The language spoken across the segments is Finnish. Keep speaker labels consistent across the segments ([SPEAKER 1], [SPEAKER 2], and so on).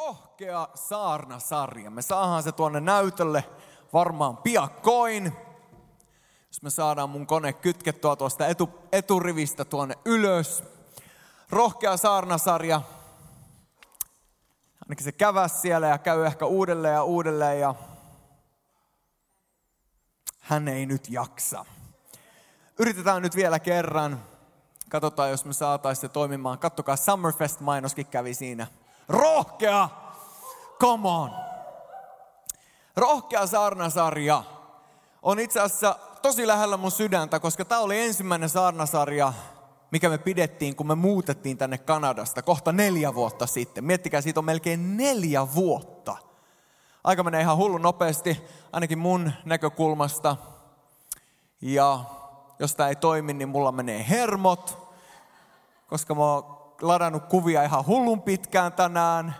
[SPEAKER 1] rohkea saarnasarja. Me saadaan se tuonne näytölle varmaan piakkoin. Jos me saadaan mun kone kytkettyä tuosta eturivistä tuonne ylös. Rohkea saarnasarja. Ainakin se käväsi siellä ja käy ehkä uudelleen ja hän ei nyt jaksa. Yritetään nyt vielä kerran. Katsotaan, jos me saataisiin se toimimaan. Kattokaa, Summerfest-mainoskin kävi siinä. Rohkea! Come on! Rohkea saarnasarja on itse asiassa tosi lähellä mun sydäntä, koska tämä oli ensimmäinen saarnasarja, mikä me pidettiin, kun me muutettiin tänne Kanadasta kohta 4 vuotta sitten. Miettikää, siitä on melkein 4 vuotta. Aika menee ihan hullu nopeasti, ainakin mun näkökulmasta. Ja jos tämä ei toimi, niin mulla menee hermot, koska mä oon ladannut kuvia ihan hullun pitkään tänään.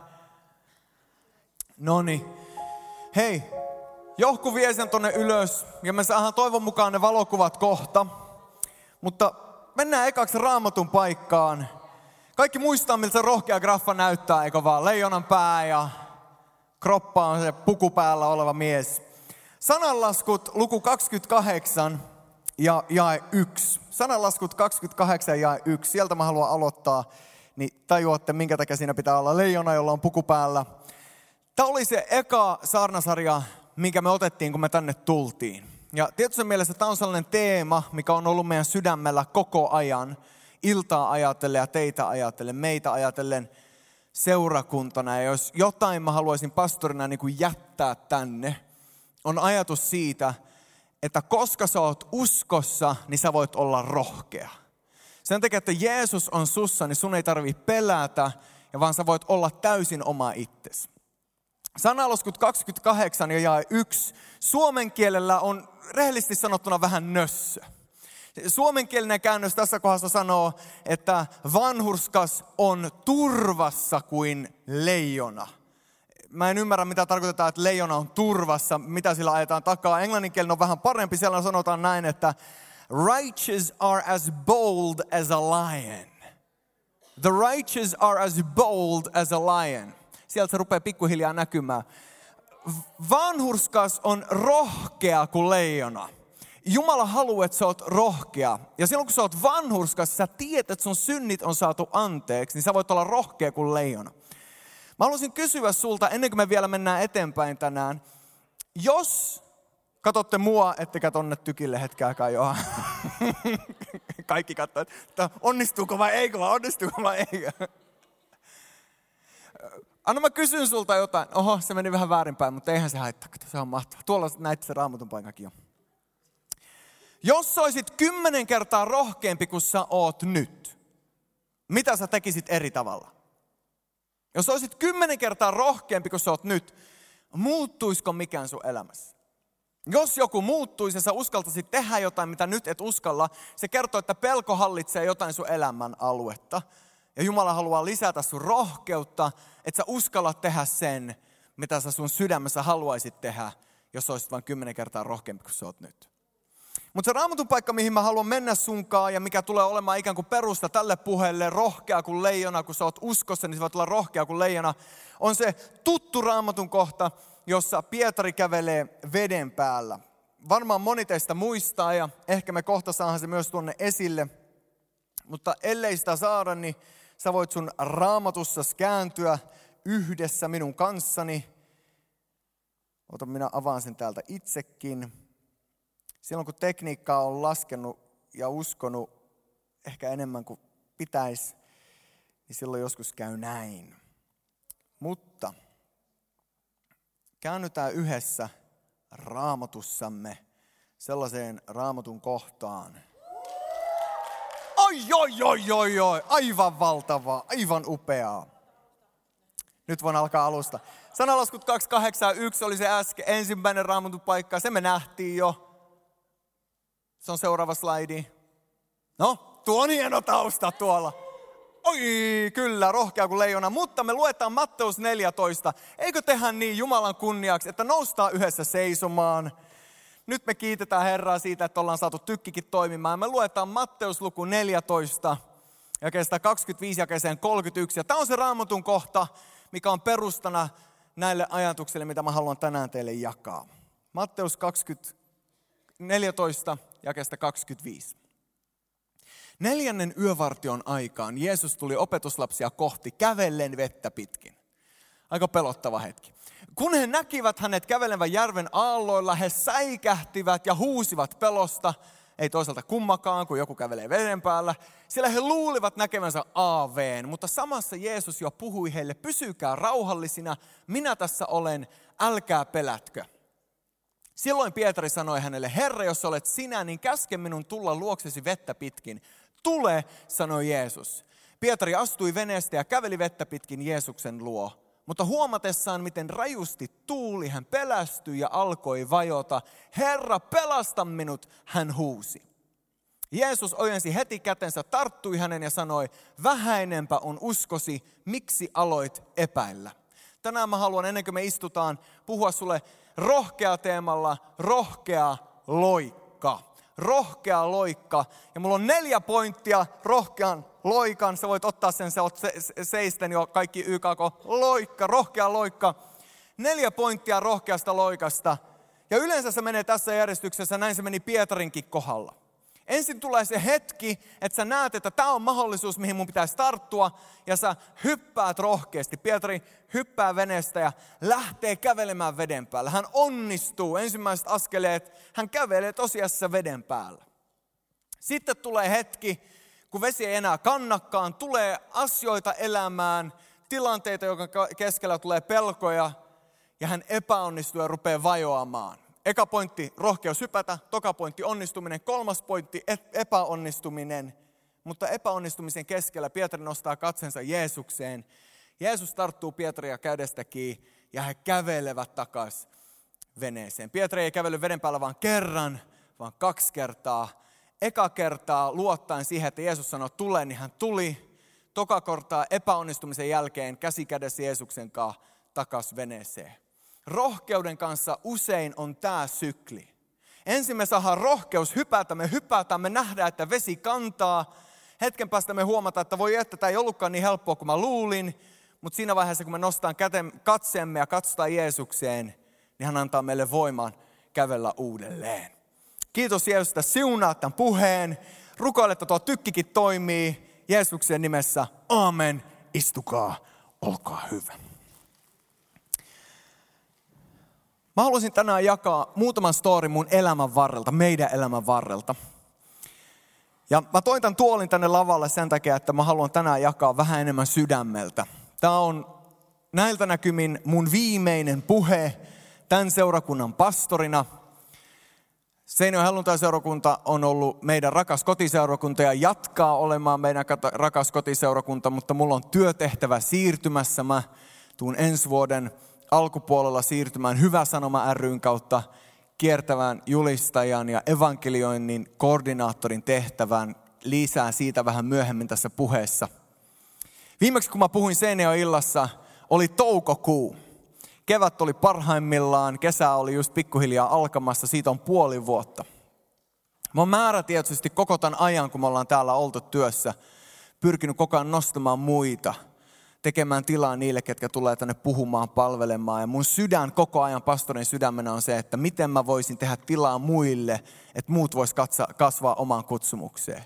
[SPEAKER 1] Noniin. Hei, Johku vie sen tonne ylös ja me saadaan toivon mukaan ne valokuvat kohta. Mutta mennään ekaksi Raamatun paikkaan. Kaikki muistaa, miltä se rohkea graffa näyttää, eikö vaan? Leijonan pää ja kroppa on se puku päällä oleva mies. Sananlaskut luku 28 ja jae 1. Sananlaskut 28 ja jae 1. Sieltä mä haluan aloittaa, niin tajuatte, minkä takia siinä pitää olla leijona, jolla on puku päällä. Tämä oli se eka saarnasarja, minkä me otettiin, kun me tänne tultiin. Ja tietysti mielessä tämä on sellainen teema, mikä on ollut meidän sydämellä koko ajan. Iltaa ajatellen ja teitä ajatellen, meitä ajatellen seurakuntana. Ja jos jotain mä haluaisin pastorina niin kuin jättää tänne, on ajatus siitä, että koska sä oot uskossa, niin sä voit olla rohkea. Sen takia, että Jeesus on sussa, niin sun ei tarvitse pelätä, vaan sä voit olla täysin oma itsesi. Sananlaskut 28 ja jae 1. Suomen kielellä on rehellisesti sanottuna vähän nössö. Suomenkielinen käännös tässä kohdassa sanoo, että vanhurskas on turvassa kuin leijona. Mä en ymmärrä, mitä tarkoitetaan, että leijona on turvassa, mitä sillä ajetaan takaa. Englanninkielinen on vähän parempi, siellä sanotaan näin, että righteous are as bold as a lion. The righteous are as bold as a lion. Sieltä se rupeaa pikkuhiljaa näkymään. Vanhurskas on rohkea kuin leijona. Jumala haluaa, että sä oot rohkea. Ja silloin kun sä oot vanhurskas, sä tiedät, että sun synnit on saatu anteeksi, niin sä voit olla rohkea kuin leijona. Mä haluaisin kysyä sulta, ennen kuin me vielä mennään eteenpäin tänään. Jos katsotte mua, ettekä tonne tykille hetken aikaa jo. Kaikki katsoo, että onnistuuko vai eikö, onnistuuko vai eikö. Anna mä kysyn sulta jotain. Oho, se meni vähän väärinpäin, mutta eihän se haittaa. Se on mahtavaa. Tuolla näit se Raamatun paikakin jo. Jos sä olisit 10 kertaa rohkeampi kuin sä oot nyt, mitä sä tekisit eri tavalla? Jos olisit 10 kertaa rohkeampi kuin sä oot nyt, muuttuisiko mikään sun elämässä? Jos joku muuttuisi ja sä uskaltaisit tehdä jotain, mitä nyt et uskalla, se kertoo, että pelko hallitsee jotain sun elämän aluetta. Ja Jumala haluaa lisätä sun rohkeutta, että sä uskallat tehdä sen, mitä sä sun sydämessä haluaisit tehdä, jos olisit vain 10 kertaa rohkeampi kuin sä oot nyt. Mutta se Raamatun paikka, mihin mä haluan mennä sunkaan ja mikä tulee olemaan ikään kuin perusta tälle puheelle, rohkea kuin leijona, kun sä oot uskossa, niin sä voit olla rohkea kuin leijona, on se tuttu Raamatun kohta, jossa Pietari kävelee veden päällä. Varmaan moni teistä muistaa ja ehkä me kohta saadaan se myös tuonne esille. Mutta ellei sitä saada, niin sä voit sun Raamatussas kääntyä yhdessä minun kanssani. Ota, minä avaan sen täältä itsekin. Silloin kun tekniikkaa on laskenut ja uskonut ehkä enemmän kuin pitäisi, niin silloin joskus käy näin. Mutta käännytään yhdessä Raamatussamme sellaiseen Raamatun kohtaan. Oi, aivan valtavaa, aivan upeaa. Nyt voin alkaa alusta. Sananlaskut 281 oli se äsken ensimmäinen Raamatun paikka, se me nähtiin jo. Se on seuraava slaidi. No, tuo on hieno tausta tuolla. Oi, kyllä, rohkea kuin leijona. Mutta me luetaan Matteus 14. Eikö tehdä niin Jumalan kunniaksi, että noustaan yhdessä seisomaan? Nyt me kiitetään Herraa siitä, että ollaan saatu tykkikin toimimaan. Me luetaan Matteus luku 14, jakeesta 25 jakeeseen 31. Ja tämä on se Raamatun kohta, mikä on perustana näille ajatuksille, mitä mä haluan tänään teille jakaa. Matteus 14, jakeesta 25. 4. yövartion aikaan Jeesus tuli opetuslapsia kohti kävellen vettä pitkin. Aika pelottava hetki. Kun he näkivät hänet kävelevän järven aalloilla, he säikähtivät ja huusivat pelosta. Ei toisaalta kummakaan, kun joku kävelee veden päällä. Sillä he luulivat näkevänsä aaveen, mutta samassa Jeesus jo puhui heille, pysykää rauhallisina, minä tässä olen, älkää pelätkö. Silloin Pietari sanoi hänelle, Herra, jos olet sinä, niin käske minun tulla luoksesi vettä pitkin. Tule, sanoi Jeesus. Pietari astui veneestä ja käveli vettä pitkin Jeesuksen luo. Mutta huomatessaan, miten rajusti tuuli, hän pelästyi ja alkoi vajota. Herra, pelasta minut, hän huusi. Jeesus ojensi heti kätensä, tarttui hänen ja sanoi, vähäinenpä on uskosi, miksi aloit epäillä? Tänään mä haluan, ennen kuin me istutaan, puhua sulle rohkea teemalla, rohkea loikka. Rohkea loikka. Ja mulla on 4 pointtia rohkean loikan. Sä voit ottaa sen, sä oot seisten jo kaikki YKK. Loikka, rohkea loikka. 4 pointtia rohkeasta loikasta. Ja yleensä se menee tässä järjestyksessä, näin se meni Pietarinkin kohdalla. Ensin tulee se hetki, että sä näet, että tämä on mahdollisuus, mihin mun pitäisi tarttua. Ja sä hyppäät rohkeasti. Pietari hyppää veneestä ja lähtee kävelemään veden päällä. Hän onnistuu. Ensimmäiset askeleet, hän kävelee tosiasiassa veden päällä. Sitten tulee hetki, kun vesi ei enää kannakaan. Tulee asioita elämään, tilanteita, joiden keskellä tulee pelkoja. Ja hän epäonnistuu ja rupeaa vajoamaan. Eka pointti, rohkeus hypätä. Toka pointti, onnistuminen. 3. pointti, epäonnistuminen. Mutta epäonnistumisen keskellä Pietari nostaa katsensa Jeesukseen. Jeesus tarttuu Pietaria kädestä kiinni ja he kävelevät takaisin veneeseen. Pietari ei kävellyt veden päällä vaan kerran, vaan 2 kertaa. Eka kertaa luottaen siihen, että Jeesus sanoi tule, niin hän tuli. Toka kertaa epäonnistumisen jälkeen käsi kädessä Jeesuksen kanssa takaisin veneeseen. Rohkeuden kanssa usein on tämä sykli. Ensin me saadaan rohkeus hypätä, me nähdään, että vesi kantaa. Hetken päästä me huomataan, että voi että tämä ei ollutkaan niin helppoa kuin mä luulin. Mutta siinä vaiheessa, kun me nostetaan katseemme ja katsotaan Jeesukseen, niin hän antaa meille voiman kävellä uudelleen. Kiitos Jeesus, että siunaat tämän puheen. Rukoile, että tuo tykkikin toimii. Jeesuksen nimessä, aamen. Istukaa, olkaa hyvä. Mä haluaisin tänään jakaa muutaman story mun elämän varrelta, meidän elämän varrelta. Ja mä toin tämän tuolin tänne lavalle sen takia, että mä haluan tänään jakaa vähän enemmän sydämeltä. Tää on näiltä näkymin mun viimeinen puhe tämän seurakunnan pastorina. Seinäjoen helluntai-seurakunta on ollut meidän rakas kotiseurakunta ja jatkaa olemaan meidän rakas kotiseurakunta, mutta mulla on työtehtävä siirtymässä. Mä tuun ensi vuoden alkupuolella siirtymään Hyvä Sanoma ry:n kautta kiertävään julistajan ja evankelioinnin koordinaattorin tehtävään. Lisää siitä vähän myöhemmin tässä puheessa. Viimeksi kun mä puhuin Seinäjoen illassa, oli toukokuu. Kevät oli parhaimmillaan, kesä oli just pikkuhiljaa alkamassa, siitä on 5 vuotta. Mä oon määrätietoisesti koko tämän ajan, kun me ollaan täällä oltu työssä, pyrkinyt koko ajan nostamaan muita, tekemään tilaa niille, ketkä tulee tänne puhumaan, palvelemaan. Ja mun sydän koko ajan pastorin sydämenä on se, että miten mä voisin tehdä tilaa muille, että muut vois kasvaa omaan kutsumukseen.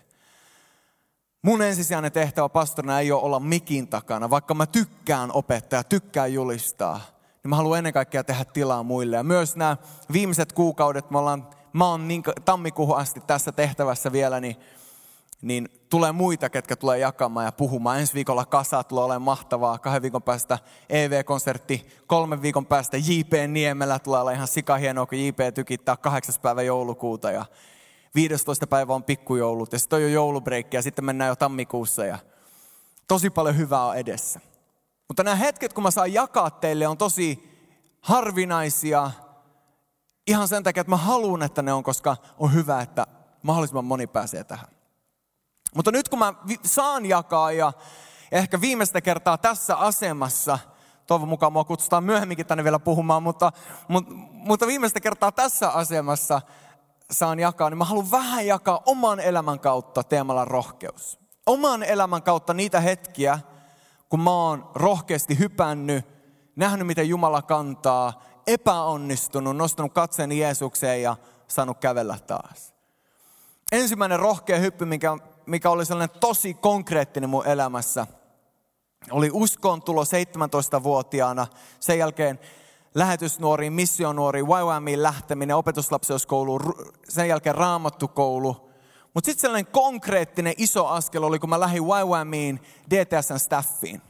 [SPEAKER 1] Mun ensisijainen tehtävä pastorina ei ole olla mikin takana, vaikka mä tykkään opettaa, tykkään julistaa. Niin mä haluan ennen kaikkea tehdä tilaa muille. Ja myös nämä viimeiset kuukaudet, mä oon niin tammikuuhun asti tässä tehtävässä vielä, niin tulee muita, ketkä tulee jakamaan ja puhumaan. Ensi viikolla Kasa tulee olemaan mahtavaa. 2 viikon päästä EV-konsertti. 3 viikon päästä J.P. Niemelä tulee olla ihan sikahienoa, kun J.P. tykittää 8. päivä joulukuuta. Ja 15. päivä on pikkujoulut. Ja sitten on jo joulubreikki ja sitten mennään jo tammikuussa. Ja tosi paljon hyvää on edessä. Mutta nämä hetket, kun mä saan jakaa teille, on tosi harvinaisia. Ihan sen takia, että mä haluan, että ne on, koska on hyvä, että mahdollisimman moni pääsee tähän. Mutta nyt kun mä saan jakaa ja ehkä viimeistä kertaa tässä asemassa, toivon mukaan mua kutsutaan myöhemminkin tänne vielä puhumaan, mutta viimeistä kertaa tässä asemassa saan jakaa, niin mä haluan vähän jakaa oman elämän kautta teemalla rohkeus. Oman elämän kautta niitä hetkiä, kun mä oon rohkeasti hypännyt, nähnyt miten Jumala kantaa, epäonnistunut, nostanut katseeni Jeesukseen ja saanut kävellä taas. Ensimmäinen rohkea hyppy, mikä oli sellainen tosi konkreettinen mun elämässä, oli uskoon tulo 17-vuotiaana. Sen jälkeen lähetysnuoriin, missionuoriin, YWAMiin lähteminen, opetuslapseuskouluun, sen jälkeen raamattukoulu. Mutta sitten sellainen konkreettinen iso askel oli, kun mä lähdin YWAMiin DTS:n staffiin.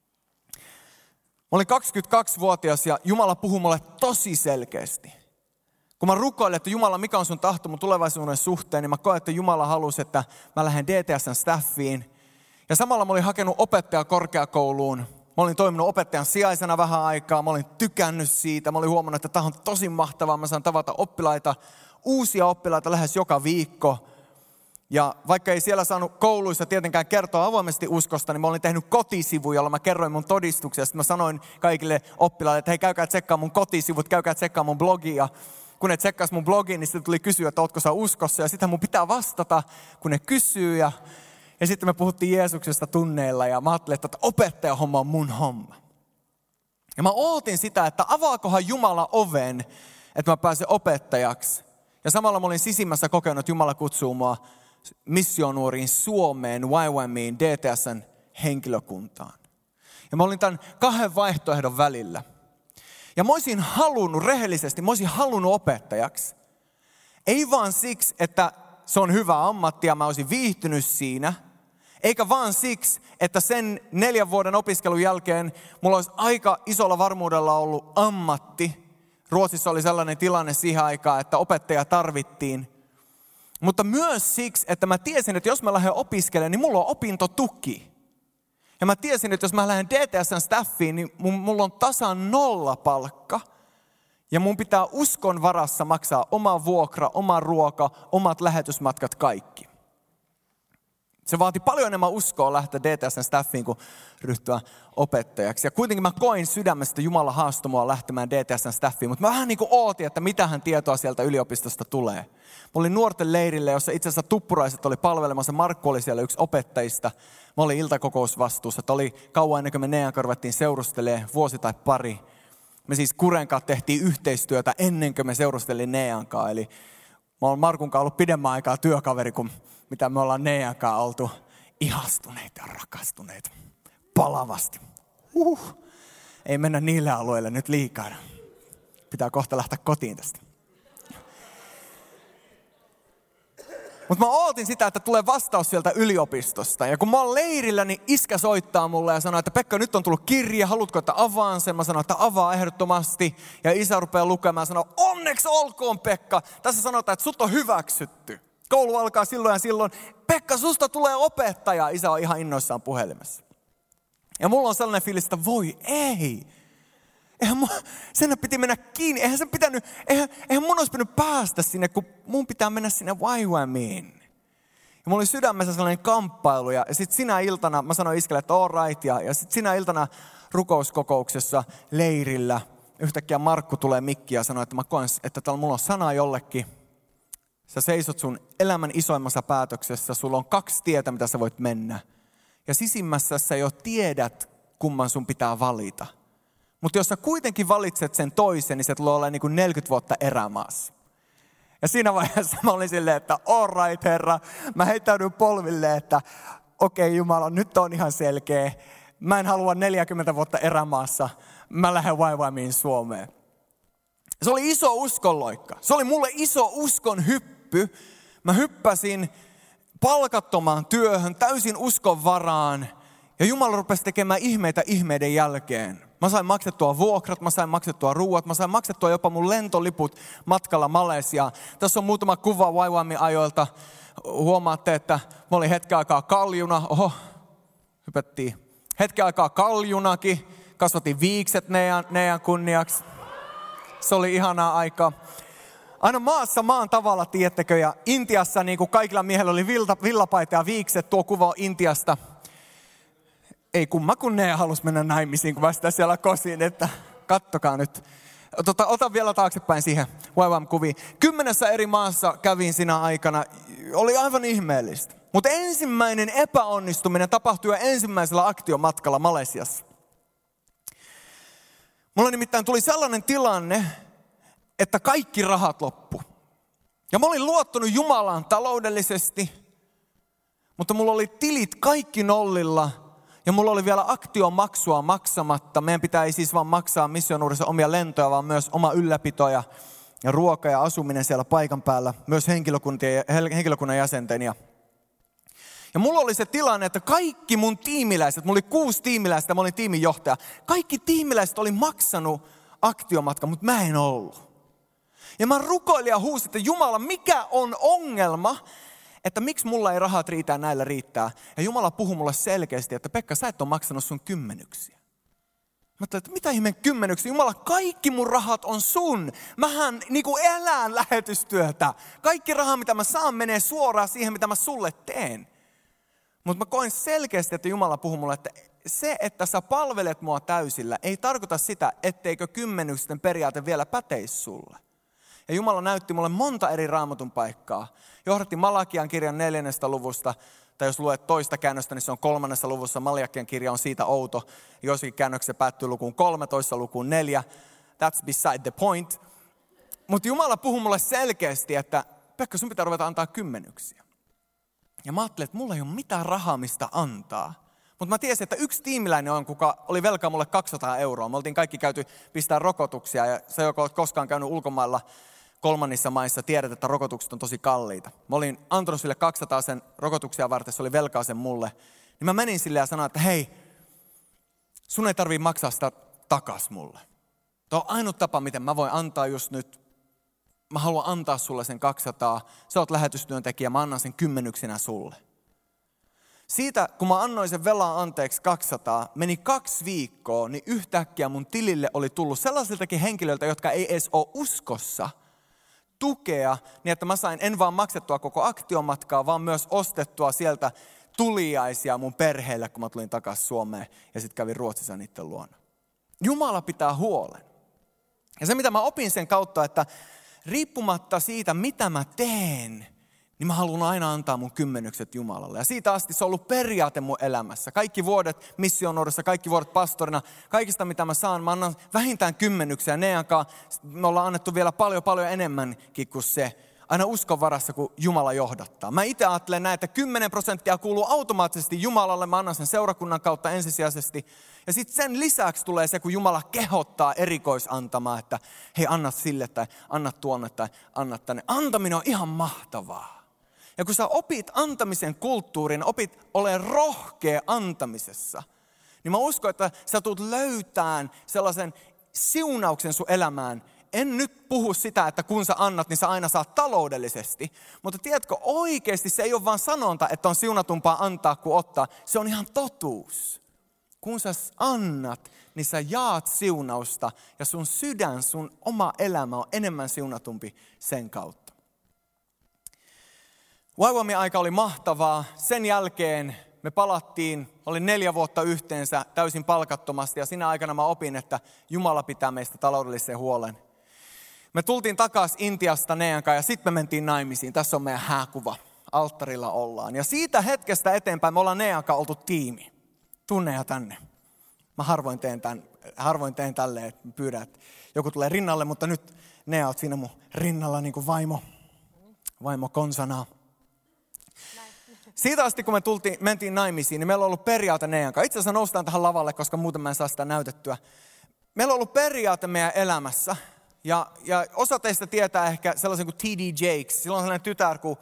[SPEAKER 1] Mä olin 22-vuotias ja Jumala puhui mulle tosi selkeästi. Kun mä rukoilin, että Jumala, mikä on sun tahto mun tulevaisuuden suhteen, niin mä koen, että Jumala halusi, että mä lähden DTS:n staffiin. Ja samalla mä olin hakenut opettajakorkeakouluun. Mä olin toiminut opettajan sijaisena vähän aikaa. Mä olin tykännyt siitä. Mä olin huomannut, että tämä on tosi mahtavaa. Mä saan tavata oppilaita, uusia oppilaita lähes joka viikko. Ja vaikka ei siellä saanut kouluissa tietenkään kertoa avoimesti uskosta, niin mä olin tehnyt kotisivu, jolla mä kerroin mun todistuksia. Sitten mä sanoin kaikille oppilaille, että hei, käykää tsekkaa mun kotisivut, käykää tsekkaa mun blogia. Kun ne tsekkas mun blogin, niin sitten tuli kysyä, että ootko sä uskossa. Ja sitten mun pitää vastata, kun ne kysyy. Ja sitten me puhuttiin Jeesuksesta tunneilla ja mä ajattelin, että opettajahomma on mun homma. Ja mä ootin sitä, että avaakohan Jumala oven, että mä pääsen opettajaksi. Ja samalla mä olin sisimmässä kokenut, että Jumala kutsuu mua missionuoriin Suomeen, YWAMiin, DTS:n henkilökuntaan. Ja mä olin tämän kahden vaihtoehdon välillä. Ja mä olisin halunnut, rehellisesti, mä olisin halunnut opettajaksi. Ei vaan siksi, että se on hyvä ammatti ja mä olisin viihtynyt siinä. Eikä vaan siksi, että sen 4 vuoden opiskelun jälkeen mulla olisi aika isolla varmuudella ollut ammatti. Ruotsissa oli sellainen tilanne siihen aikaan, että opettaja tarvittiin. Mutta myös siksi, että mä tiesin, että jos mä lähden opiskelemaan, niin mulla on opintotuki. Ja mä tiesin, että jos mä lähden DTS:n staffiin, niin mulla on tasan 0 palkka. Ja mun pitää uskon varassa maksaa oma vuokra, oma ruoka, omat lähetysmatkat, kaikki. Se vaati paljon enemmän uskoa lähteä DTS:n staffiin kuin ryhtyä opettajaksi. Ja kuitenkin mä koin sydämestä, että Jumala haastoi mua lähtemään DTS:n staffiin. Mutta mä vähän niin kuin ootin, että mitähän tietoa sieltä yliopistosta tulee. Mä olin nuorten leirille, jossa itse asiassa Tuppuraiset oli palvelemassa. Markku oli siellä yksi opettajista. Mä olin iltakokousvastuussa. Että oli kauan ennen kuin me Nean kanssa ruvettiin seurustelemaan, vuosi tai pari. Me siis Kuren kanssa tehtiin yhteistyötä ennen kuin me seurustelin Nean kanssa. Eli mä olen Markun kanssa ollut pidemmän aikaa työkaveri kuin mitä me ollaan Nean kanssa oltu ihastuneita ja rakastuneita palavasti. Ei mennä niille alueille nyt liikaa. Pitää kohta lähteä kotiin tästä. Mutta mä ootin sitä, että tulee vastaus sieltä yliopistosta. Ja kun mä oon leirillä, niin iskä soittaa mulle ja sanoo, että Pekka, nyt on tullut kirja, haluatko, että avaan sen? Mä sanon, että avaa ehdottomasti. Ja isä rupeaa lukemaan ja sanoo, onneksi olkoon Pekka. Tässä sanotaan, että sut on hyväksytty. Koulu alkaa silloin ja silloin. Pekka, susta tulee opettaja. Isä on ihan innoissaan puhelimessa. Ja mulla on sellainen fiilis, että voi ei. Sen piti mennä kiinni. Eihän mun olisi pitänyt päästä sinne, kun mun pitää mennä sinne YWAMiin. Ja mulla oli sydämessä sellainen kamppailu. Ja sitten sinä iltana, mä sanoin iskelle, että all right. Ja sitten sinä iltana rukouskokouksessa leirillä, yhtäkkiä Markku tulee mikki ja sanoo, että mä koen, että täällä mulla on sana jollekin. Sä seisot sun elämän isoimmassa päätöksessä. Sulla on 2 tietä, mitä sä voit mennä. Ja sisimmässä sä jo tiedät, kumman sun pitää valita. Mutta jos sä kuitenkin valitset sen toisen, niin se tulee olemaan niin kuin 40 vuotta erämaassa. Ja siinä vaiheessa mä olin silleen, että all right, Herra. Mä heittäydyin polville, että okei, Jumala, nyt on ihan selkeä. Mä en halua 40 vuotta erämaassa. Mä lähden YWAMiin Suomeen. Se oli iso uskonloikka. Se oli mulle iso uskon hyppy. Mä hyppäsin palkattomaan työhön, täysin uskon varaan. Ja Jumala rupesi tekemään ihmeitä ihmeiden jälkeen. Mä sain maksettua vuokrat, mä sain maksettua ruuat, mä sain maksettua jopa mun lentoliput matkalla Malesiaan. Tässä on muutama kuva YWAMin ajoilta. Huomaatte, että mä olin hetken aikaa kaljuna. Hypättiin. Hetken aikaa kaljunakin. Kasvatin viikset Nean kunniaksi. Se oli ihanaa aikaa. Aina maassa maan tavalla, tiedättekö, ja Intiassa niin kuin kaikilla miehillä oli villapaita ja viikset, tuo kuva Intiasta. Ei kumma kun ne halus mennä naimisiin, kun mä sitä siellä kosin, että kattokaa nyt. Ota vielä taaksepäin siihen YWAM-kuviin. 10 eri maassa kävin siinä aikana. Oli aivan ihmeellistä. Mutta ensimmäinen epäonnistuminen tapahtui jo ensimmäisellä aktiomatkalla Malesiassa. Mulla nimittäin tuli sellainen tilanne, että kaikki rahat loppu. Ja mä olin luottanut Jumalaan taloudellisesti, mutta mulla oli tilit kaikki nollilla ja mulla oli vielä aktiomaksua maksamatta. Meidän pitää ei siis vaan maksaa missionuudessa omia lentoja, vaan myös oma ylläpito ja ruoka ja asuminen siellä paikan päällä, myös henkilökunnan jäsenten. Ja mulla oli se tilanne, että kaikki mun tiimiläiset, mulla oli 6 tiimiläistä, mä olin tiiminjohtaja. Kaikki tiimiläiset oli maksanut aktiomatkan, mutta mä en ollut. Ja mä rukoilin ja huusin, että Jumala, mikä on ongelma, että miksi mulla ei rahat riitä ja näillä riittää. Ja Jumala puhui mulle selkeästi, että Pekka, sä et ole maksanut sun 10. Mä ajattelin, että mitä ihmeen 10? Jumala, kaikki mun rahat on sun. Mähän niinku elän lähetystyötä. Kaikki raha, mitä mä saan, menee suoraan siihen, mitä mä sulle teen. Mutta mä koin selkeästi, että Jumala puhui mulle, että se, että sä palvelet mua täysillä, ei tarkoita sitä, etteikö 10 periaate vielä päteisi sulle. Ja Jumala näytti mulle monta eri Raamatun paikkaa. Johdatti Malakian kirjan 4. luvusta, tai jos luet toista käännöstä, niin se on 3. luvussa. Malakian kirja on siitä outo. Joissakin käännöksissä päättyy lukuun 3, toisessa lukuun 4. That's beside the point. Mutta Jumala puhui mulle selkeästi, että Pekka, sun pitää ruveta antaa 10. Ja mä ajattelin, että mulla ei ole mitään rahaa, mistä antaa. Mutta mä tiesin, että yksi tiimiläinen on, kuka oli velkaa mulle 200 €. Me oltiin kaikki käyty pistää rokotuksia ja se, joka olet koskaan käynyt ulkomailla kolmannissa maissa, tiedät, että rokotukset on tosi kalliita. Mä olin antanut sille 200 sen rokotuksia varten, se oli velkaa sen mulle. Niin mä menin sille ja sanoin, että hei, sun ei tarvitse maksaa sitä takas mulle. Tuo on ainut tapa, miten mä voin antaa just nyt. Mä haluan antaa sulle sen 200. Sä oot lähetystyöntekijä, mä annan sen 10 sulle. Siitä, kun mä annoin sen velan anteeksi 200, meni 2 viikkoa, niin yhtäkkiä mun tilille oli tullut sellaisiltakin henkilöiltä, jotka ei edes ole uskossa, tukea, niin että mä sain en vaan maksettua koko aktiomatkaa, vaan myös ostettua sieltä tuliaisia mun perheelle, kun mä tulin takaisin Suomeen ja sitten kävin Ruotsissa niiden luona. Jumala pitää huolen. Ja se, mitä mä opin sen kautta, että riippumatta siitä, mitä mä teen, niin mä haluan aina antaa mun 10 Jumalalle. Ja siitä asti se on ollut periaate mun elämässä. Kaikki vuodet missionuudessa, kaikki vuodet pastorina, kaikista mitä mä saan, mä annan vähintään 10. Ja Neankaan me ollaan annettu vielä paljon enemmänkin kuin se. Aina uskon varassa, kun Jumala johdattaa. Mä itse ajattelen näin, että 10% kuuluu automaattisesti Jumalalle. Mä annan sen seurakunnan kautta ensisijaisesti. Ja sitten sen lisäksi tulee se, kun Jumala kehottaa erikoisantamaan, että hei, anna sille tai anna tuonne tai anna tänne. Antaminen on ihan mahtavaa. Ja kun sä opit antamisen kulttuurin, opit ole rohkea antamisessa, niin mä uskon, että sä tulet löytämään sellaisen siunauksen sun elämään. En nyt puhu sitä, että kun sä annat, niin sä aina saat taloudellisesti. Mutta tiedätkö, oikeasti se ei ole vaan sanonta, että on siunatumpaa antaa kuin ottaa. Se on ihan totuus. Kun sä annat, niin sä jaat siunausta ja sun sydän, sun oma elämä on enemmän siunatumpi sen kautta. YWAMin aika oli mahtavaa. Sen jälkeen me palattiin, oli 4 vuotta yhteensä täysin palkattomasti ja siinä aikana mä opin, että Jumala pitää meistä taloudellisen huolen. Me tultiin takaisin Intiasta Neankaan ja sitten me mentiin naimisiin. Tässä on meidän hääkuva. Alttarilla ollaan. Ja siitä hetkestä eteenpäin me ollaan Neankaan oltu tiimi. Tunneja tänne. Mä harvoin teen tälleen, että pyydän, että joku tulee rinnalle, mutta nyt Nea oot siinä mun rinnalla niin kuin vaimo konsanaa. Siitä asti, kun me mentiin naimisiin, niin meillä on ollut periaate Neankaan. Itse asiassa noustaan tähän lavalle, koska muuten mä en saa sitä näytettyä. Meillä on ollut periaate meidän elämässä. Ja osa teistä tietää ehkä sellaisen kuin T.D. Jakes. Sillä on sellainen tytär kuin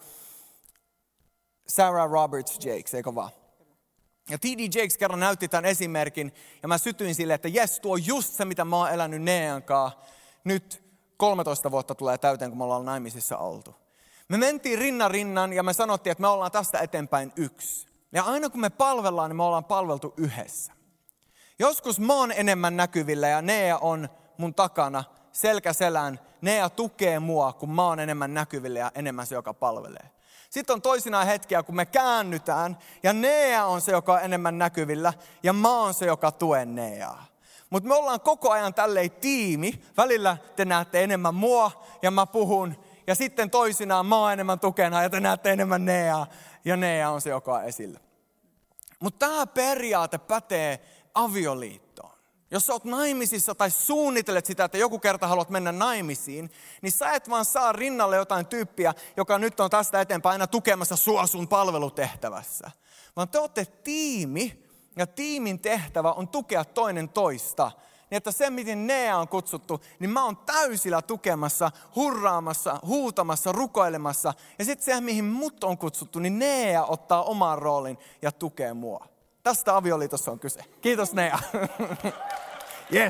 [SPEAKER 1] Sarah Roberts Jakes, eikö vaan? Ja T.D. Jakes kerran näytti tämän esimerkin. Ja mä sytyin sille, että jes, tuo on just se, mitä mä oon elänyt Neankaan. Nyt 13 vuotta tulee täyteen, kun me ollaan naimisissa oltu. Me mentiin rinnan ja me sanottiin, että me ollaan tästä eteenpäin yksi. Ja aina kun me palvellaan, niin me ollaan palveltu yhdessä. Joskus mä oon enemmän näkyvillä ja Nea on mun takana selkä selän. Nea tukee mua, kun mä oon enemmän näkyvillä ja enemmän se, joka palvelee. Sitten on toisinaan hetkiä, kun me käännytään ja Nea on se, joka on enemmän näkyvillä ja mä oon se, joka tue Neaa. Mutta me ollaan koko ajan tälleen tiimi. Välillä te näette enemmän mua ja mä puhun ja sitten toisinaan mä oon enemmän tukena ja te näette enemmän Neaa ja Nea on se, joka on esillä. Mutta tämä periaate pätee avioliittoon. Jos sä oot naimisissa tai suunnittelet sitä, että joku kerta haluat mennä naimisiin, niin sä et vaan saa rinnalle jotain tyyppiä, joka nyt on tästä eteenpäin aina tukemassa sua sun palvelutehtävässä. Vaan te olette tiimi ja tiimin tehtävä on tukea toinen toista. Niin että se, miten Nea on kutsuttu, niin mä oon täysillä tukemassa, hurraamassa, huutamassa, rukoilemassa. Ja sitten se, mihin mut on kutsuttu, niin Nea ottaa oman roolin ja tukee mua. Tästä avioliitossa on kyse. Kiitos Nea. Yes.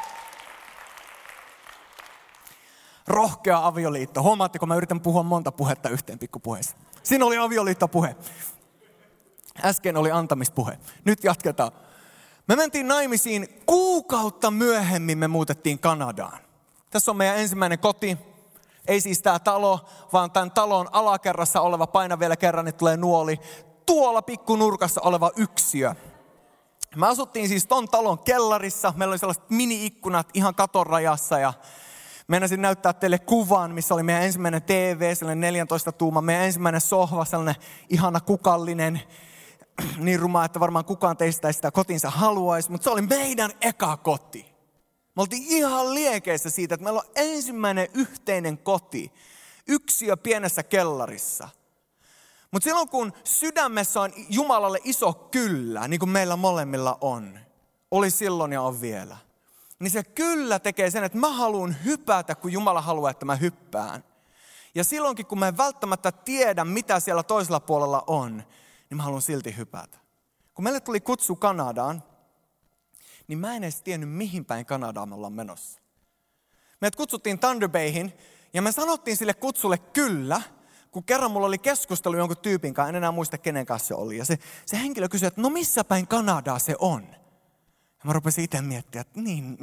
[SPEAKER 1] Rohkea avioliitto. Huomaatteko, mä yritän puhua monta puhetta yhteen pikkupuheessa. Siinä oli avioliittopuhe. Äsken oli antamispuhe. Nyt jatketaan. Me mentiin naimisiin kuukautta myöhemmin, me muutettiin Kanadaan. Tässä on meidän ensimmäinen koti. Ei siis tämä talo, vaan tämän talon alakerrassa oleva, paina vielä kerran, niin tulee nuoli. Tuolla pikkunurkassa oleva yksiö. Me asuttiin siis ton talon kellarissa. Meillä oli sellaiset mini-ikkunat ihan katon rajassa ja meinasin näyttää teille kuvan, missä oli meidän ensimmäinen TV, sellainen 14 tuuma, meidän ensimmäinen sohva, sellainen ihana kukallinen, niin ruma, että varmaan kukaan teistä ei sitä kotinsa haluaisi, mutta se oli meidän eka koti. Me oltiin ihan liekeissä siitä, että meillä on ensimmäinen yhteinen koti, yksiö pienessä kellarissa. Mutta silloin kun sydämessä on Jumalalle iso kyllä, niin kuin meillä molemmilla on, oli silloin ja on vielä, niin se kyllä tekee sen, että mä haluan hypätä, kun Jumala haluaa, että mä hyppään. Ja silloinkin, kun mä en välttämättä tiedä, mitä siellä toisella puolella on, niin mä haluan silti hypätä. Kun meille tuli kutsu Kanadaan, niin mä en edes tiennyt, mihin päin Kanadaan me ollaan menossa. Meidät kutsuttiin Thunder Bayhin, ja me sanottiin sille kutsulle kyllä, kun kerran mulla oli keskustelu jonkun tyypin kanssa, en enää muista kenen kanssa se oli. Ja se henkilö kysyi, että no missä päin Kanadaa se on? Ja mä rupesin itse miettimään, että niin,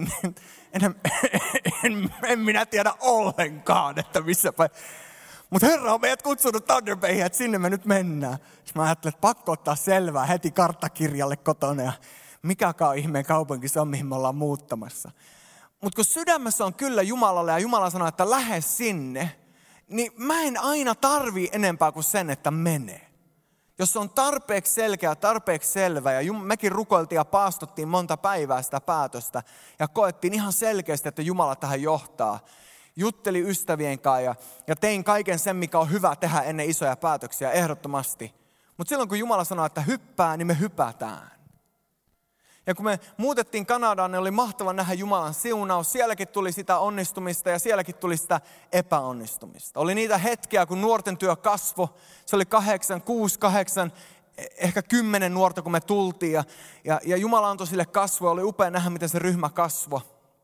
[SPEAKER 1] en minä tiedä ollenkaan, että missä päin. Mutta Herra on meidät kutsunut Thunder Bayhin, että sinne me nyt mennään. Sitten mä ajattelin, että pakko ottaa selvää heti karttakirjalle kotona. Ja mikäkään ihmeen kaupunki se on, mihin me ollaan muuttamassa. Mutta kun sydämessä on kyllä Jumalalle ja Jumala sanoo, että lähde sinne, niin mä en aina tarvii enempää kuin sen, että menee. Jos on tarpeeksi selkeä, tarpeeksi selvä, ja mekin rukoiltiin ja paastottiin monta päivää sitä päätöstä, ja koettiin ihan selkeästi, että Jumala tähän johtaa. Juttelin ystävien kanssa ja tein kaiken sen, mikä on hyvä tehdä ennen isoja päätöksiä, ehdottomasti. Mutta silloin kun Jumala sanoi, että hyppää, niin me hypätään. Ja kun me muutettiin Kanadaan, niin oli mahtava nähdä Jumalan siunaus. Sielläkin tuli sitä onnistumista ja sielläkin tuli sitä epäonnistumista. Oli niitä hetkiä, kun nuorten työ kasvoi. Se oli 8, 6, 8, ehkä 10 nuorta, kun me tultiin. Ja Jumala antoi sille kasvua. Oli upea nähdä, miten se ryhmä kasvoi.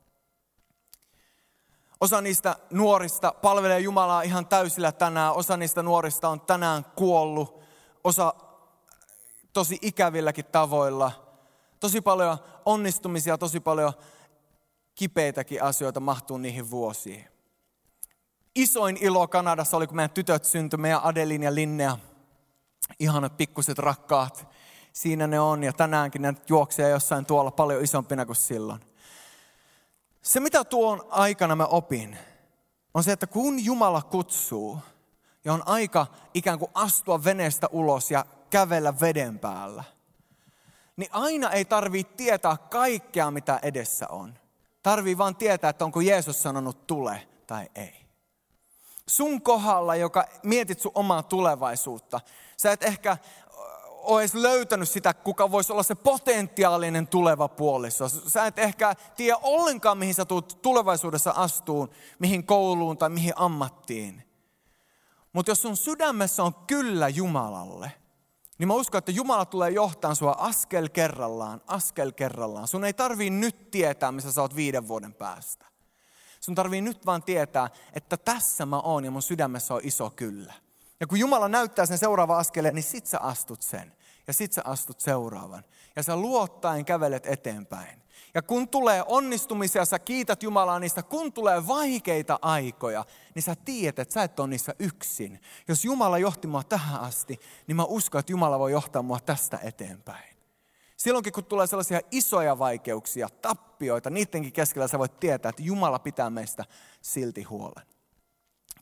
[SPEAKER 1] Osa niistä nuorista palvelee Jumalaa ihan täysillä tänään. Osa niistä nuorista on tänään kuollut. Osa tosi ikävilläkin tavoilla. Tosi paljon onnistumisia, tosi paljon kipeitäkin asioita mahtuu niihin vuosiin. Isoin ilo Kanadassa oli, kun meidän tytöt syntyi, meidän Adelin ja Linnea. Ihanat pikkuset rakkaat. Siinä ne on ja tänäänkin ne juoksee jossain tuolla paljon isompina kuin silloin. Se, mitä tuon aikana mä opin, on se, että kun Jumala kutsuu ja on aika ikään kuin astua veneestä ulos ja kävellä veden päällä, niin aina ei tarvitse tietää kaikkea, mitä edessä on. Tarvii vaan tietää, että onko Jeesus sanonut tule tai ei. Sun kohdalla, joka mietit sun omaa tulevaisuutta, sä et ehkä ole edes löytänyt sitä, kuka voisi olla se potentiaalinen tuleva puoliso. Sä et ehkä tiedä ollenkaan, mihin sä tulet tulevaisuudessa astuun, mihin kouluun tai mihin ammattiin. Mutta jos sun sydämessä on kyllä Jumalalle, niin mä uskon, että Jumala tulee johtamaan sua askel kerrallaan, askel kerrallaan. Sun ei tarvii nyt tietää, missä sä oot 5 vuoden päästä. Sun tarvii nyt vaan tietää, että tässä mä oon ja mun sydämessä on iso kyllä. Ja kun Jumala näyttää sen seuraavan askeleen, niin sit sä astut sen. Ja sit sä astut seuraavan. Ja sä luottaen kävelet eteenpäin. Ja kun tulee onnistumisia, sä kiität Jumalaa niistä. Kun tulee vaikeita aikoja, niin sä tiedät, että sä et ole niissä yksin. Jos Jumala johti mua tähän asti, niin mä uskon, että Jumala voi johtaa mua tästä eteenpäin. Silloinkin, kun tulee sellaisia isoja vaikeuksia, tappioita, niidenkin keskellä sä voit tietää, että Jumala pitää meistä silti huolen.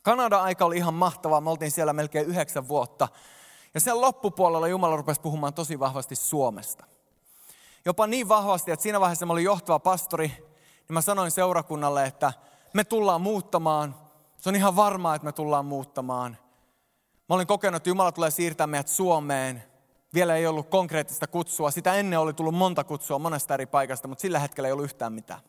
[SPEAKER 1] Kanada-aika oli ihan mahtavaa. Me oltiin siellä melkein 9 vuotta. Ja sen loppupuolella Jumala rupesi puhumaan tosi vahvasti Suomesta. Jopa niin vahvasti, että siinä vaiheessa mä olin johtava pastori, niin mä sanoin seurakunnalle, että me tullaan muuttamaan. Se on ihan varmaa, että me tullaan muuttamaan. Mä olin kokenut, että Jumala tulee siirtää meidät Suomeen. Vielä ei ollut konkreettista kutsua. Sitä ennen oli tullut monta kutsua monesta eri paikasta, mutta sillä hetkellä ei ollut yhtään mitään.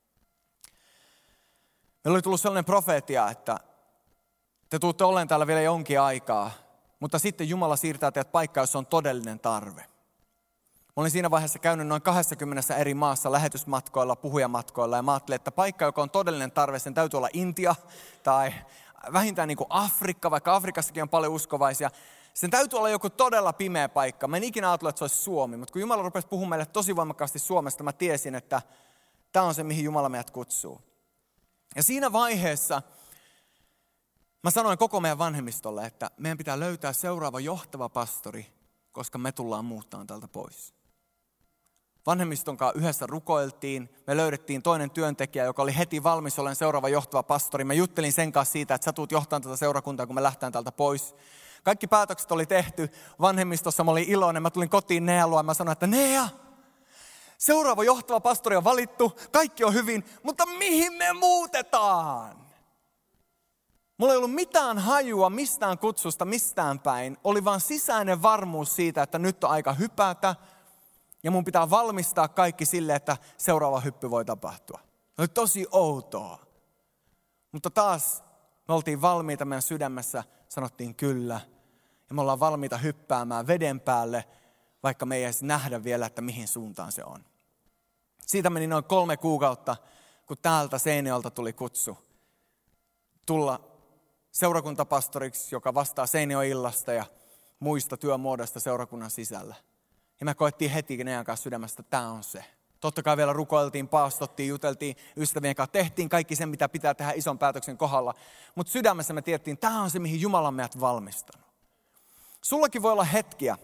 [SPEAKER 1] Meillä oli tullut sellainen profeetia, että te tuutte olemaan täällä vielä jonkin aikaa, mutta sitten Jumala siirtää teidät paikkaan, jossa on todellinen tarve. Mä olin siinä vaiheessa käynyt noin 20 eri maassa lähetysmatkoilla, puhujamatkoilla ja mä ajattelin, että paikka, joka on todellinen tarve, sen täytyy olla Intia tai vähintään niin kuin Afrikka, vaikka Afrikassakin on paljon uskovaisia. Sen täytyy olla joku todella pimeä paikka. Mä en ikinä ajatellut, että se olisi Suomi, mutta kun Jumala rupesi puhumaan meille tosi voimakkaasti Suomesta, mä tiesin, että tämä on se, mihin Jumala meidät kutsuu. Ja siinä vaiheessa mä sanoin koko meidän vanhemmistolle, että meidän pitää löytää seuraava johtava pastori, koska me tullaan muuttamaan täältä pois. Vanhemmiston kanssa yhdessä rukoiltiin, me löydettiin toinen työntekijä, joka oli heti valmis olemaan seuraava johtava pastori. Mä juttelin sen kanssa siitä, että sä tuut johtamaan tätä seurakuntaa, kun me lähdetään täältä pois. Kaikki päätökset oli tehty vanhemmistossa, mä olin iloinen, mä tulin kotiin Nean luo ja mä sanoin, että Nea, seuraava johtava pastori on valittu, kaikki on hyvin, mutta mihin me muutetaan? Mulla ei ollut mitään hajua mistään kutsusta, mistään päin. Oli vaan sisäinen varmuus siitä, että nyt on aika hypätä. Ja mun pitää valmistaa kaikki sille, että seuraava hyppy voi tapahtua. Se oli tosi outoa. Mutta taas me oltiin valmiita meidän sydämessä, sanottiin kyllä. Ja me ollaan valmiita hyppäämään veden päälle, vaikka me ei edes nähdä vielä, että mihin suuntaan se on. Siitä meni noin 3 kuukautta, kun täältä Seinäjoelta tuli kutsu tulla seurakuntapastoriksi, joka vastaa Seinäjoellasta ja muista työmuodoista seurakunnan sisällä. Ja me koettiin heti Nean kanssa sydämestä, että tämä on se. Totta kai vielä rukoiltiin, paastottiin, juteltiin ystävien kanssa, tehtiin kaikki sen, mitä pitää tehdä ison päätöksen kohdalla. Mutta sydämessä me tiedettiin, että tämä on se, mihin Jumala on meidät valmistanut. Sullakin voi olla hetkiä,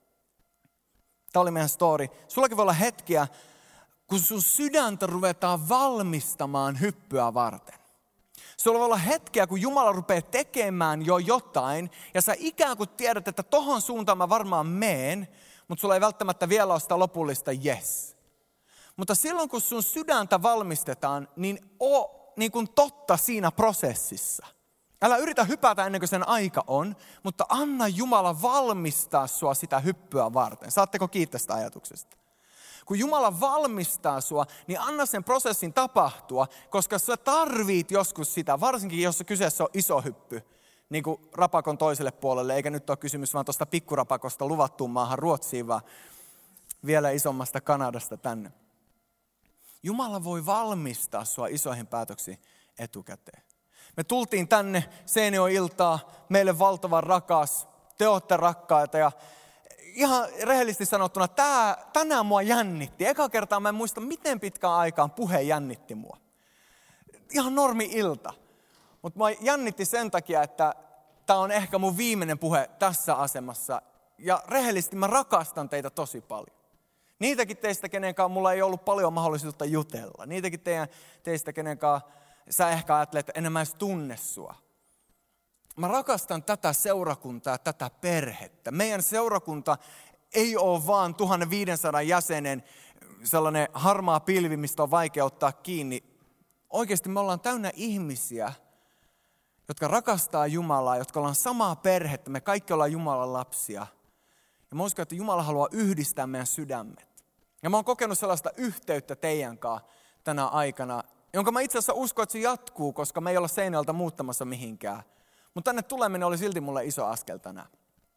[SPEAKER 1] tämä oli meidän story, sullakin voi olla hetkiä, kun sun sydäntä ruvetaan valmistamaan hyppyä varten. Sulla voi olla hetkiä, kun Jumala rupeaa tekemään jo jotain, ja sä ikään kuin tiedät, että tohon suuntaan mä varmaan meen, mutta sulla ei välttämättä vielä ole sitä lopullista yes. Mutta silloin, kun sun sydäntä valmistetaan, niin oo niin kuin totta siinä prosessissa. Älä yritä hypätä ennen kuin sen aika on, mutta anna Jumala valmistaa sua sitä hyppyä varten. Saatteko kiittää sitä ajatuksesta? Kun Jumala valmistaa sua, niin anna sen prosessin tapahtua, koska sä tarvit joskus sitä, varsinkin jos kyseessä on iso hyppy, niin kuin rapakon toiselle puolelle, eikä nyt ole kysymys vaan tuosta pikkurapakosta luvattuun maahan Ruotsiin, vaan vielä isommasta Kanadasta tänne. Jumala voi valmistaa sua isoihin päätöksiin etukäteen. Me tultiin tänne Seinäjoeliltaa, meille valtavan rakas, te olette rakkaita ja ihan rehellisesti sanottuna, tänään mua jännitti. Eka kertaa mä en muista, miten pitkään aikaan puhe jännitti mua. Ihan normi-ilta. Mutta mua jännitti sen takia, että tämä on ehkä mun viimeinen puhe tässä asemassa. Ja rehellisesti mä rakastan teitä tosi paljon. Niitäkin teistä, kenen kanssa mulla ei ollut paljon mahdollisuutta jutella. Niitäkin teistä, kenen kanssa sä ehkä ajattelet, että enemmän edes tunne sua. Mä rakastan tätä seurakuntaa, tätä perhettä. Meidän seurakunta ei ole vaan 1500 jäsenen sellainen harmaa pilvi, mistä on vaikea ottaa kiinni. Oikeasti me ollaan täynnä ihmisiä, jotka rakastaa Jumalaa, jotka ollaan samaa perhettä. Me kaikki ollaan Jumalan lapsia. Ja mä uskon, että Jumala haluaa yhdistää meidän sydämet. Ja mä oon kokenut sellaista yhteyttä teidän kanssa tänä aikana, jonka mä itse asiassa uskon, että se jatkuu, koska me ei olla Seinäjoelta muuttamassa mihinkään. Mutta tänne tuleminen oli silti mulle iso askel tänään.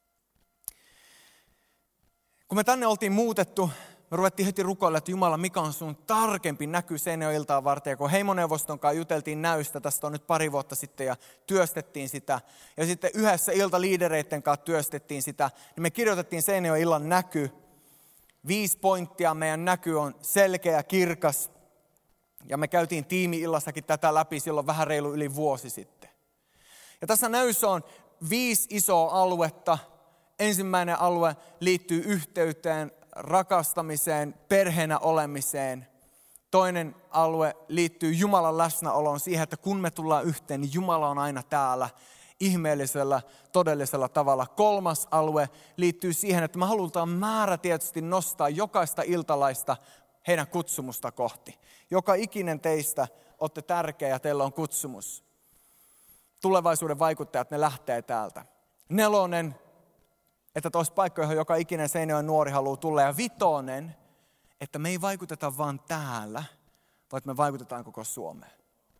[SPEAKER 1] Kun me tänne oltiin muutettu, me ruvettiin heti rukoilla, että Jumala, mikä on sun tarkempi näky Seinäjoeliltaa varten. Ja kun heimoneuvoston kanssa juteltiin näystä, tästä on nyt 2 vuotta sitten ja työstettiin sitä. Ja sitten yhdessä iltaliidereiden kanssa työstettiin sitä, niin me kirjoitettiin Seinäjoelillan näky. 5 pointtia, meidän näky on selkeä ja kirkas. Ja me käytiin tiimi-illassakin tätä läpi silloin vähän reilu yli vuosi sitten. Ja tässä näyssä on 5 isoa aluetta. Ensimmäinen alue liittyy yhteyteen, rakastamiseen, perheenä olemiseen. Toinen alue liittyy Jumalan läsnäoloon siihen, että kun me tullaan yhteen, niin Jumala on aina täällä ihmeellisellä, todellisella tavalla. Kolmas alue liittyy siihen, että me halutaan määrätietoisesti nostaa jokaista iltalaista heidän kutsumusta kohti. Joka ikinen teistä olette tärkeä ja teillä on kutsumus. Tulevaisuuden vaikuttajat, ne lähtee täältä. 4, että olisi paikka, johon joka ikinen Seinäjoen nuori haluaa tulla. Ja 5, että me ei vaikuteta vaan täällä, vaan me vaikutetaan koko Suomeen.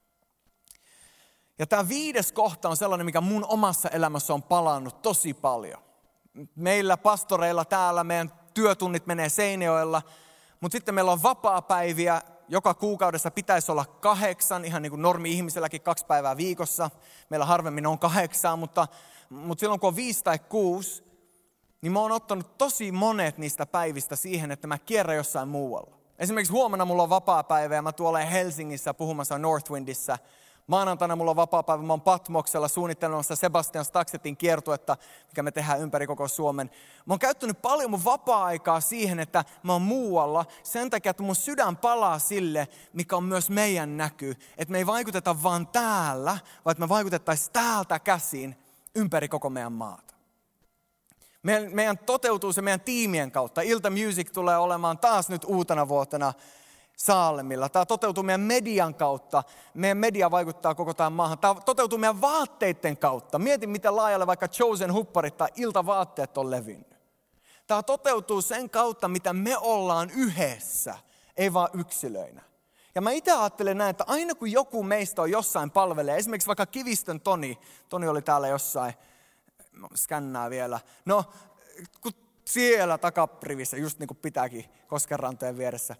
[SPEAKER 1] Ja tämä 5. kohta on sellainen, mikä mun omassa elämässä on palannut tosi paljon. Meillä pastoreilla täällä meidän työtunnit menee Seinäjoella, mutta sitten meillä on vapaapäiviä. Joka kuukaudessa pitäisi olla 8, ihan niin kuin normi-ihmiselläkin 2 päivää viikossa. Meillä harvemmin on 8, mutta silloin kun on 5 tai 6, niin mä oon ottanut tosi monet niistä päivistä siihen, että mä kierrän jossain muualla. Esimerkiksi huomenna mulla on vapaapäivä ja mä tuolla Helsingissä puhumassa Northwindissä. Maanantaina mulla on vapaapäivä, mä oon Patmoksella suunnittelemassa Sebastian Staksetin kiertuetta, mikä me tehdään ympäri koko Suomen. Mä oon käyttänyt paljon mun vapaa-aikaa siihen, että mä oon muualla sen takia, että mun sydän palaa sille, mikä on myös meidän näky. Että me ei vaikuteta vaan täällä, vaan että me vaikutettaisiin täältä käsin ympäri koko meidän maata. Meidän toteutuu se meidän tiimien kautta. Ilta Music tulee olemaan taas nyt uutena vuotena Saalemilla. Tämä toteutuu meidän median kautta. Meidän media vaikuttaa koko tämän maahan. Tämä toteutuu meidän vaatteiden kautta. Mietin, miten laajalle vaikka Chosen hupparit tai iltavaatteet on levinnyt. Tämä toteutuu sen kautta, mitä me ollaan yhdessä, ei vaan yksilöinä. Ja mä itse ajattelen näin, että aina kun joku meistä on jossain palvelee, esimerkiksi vaikka Kivistön Toni oli täällä jossain, skännää vielä. No, kun siellä takaprivissä, just niin kuin pitääkin Koskenrantojen vieressä.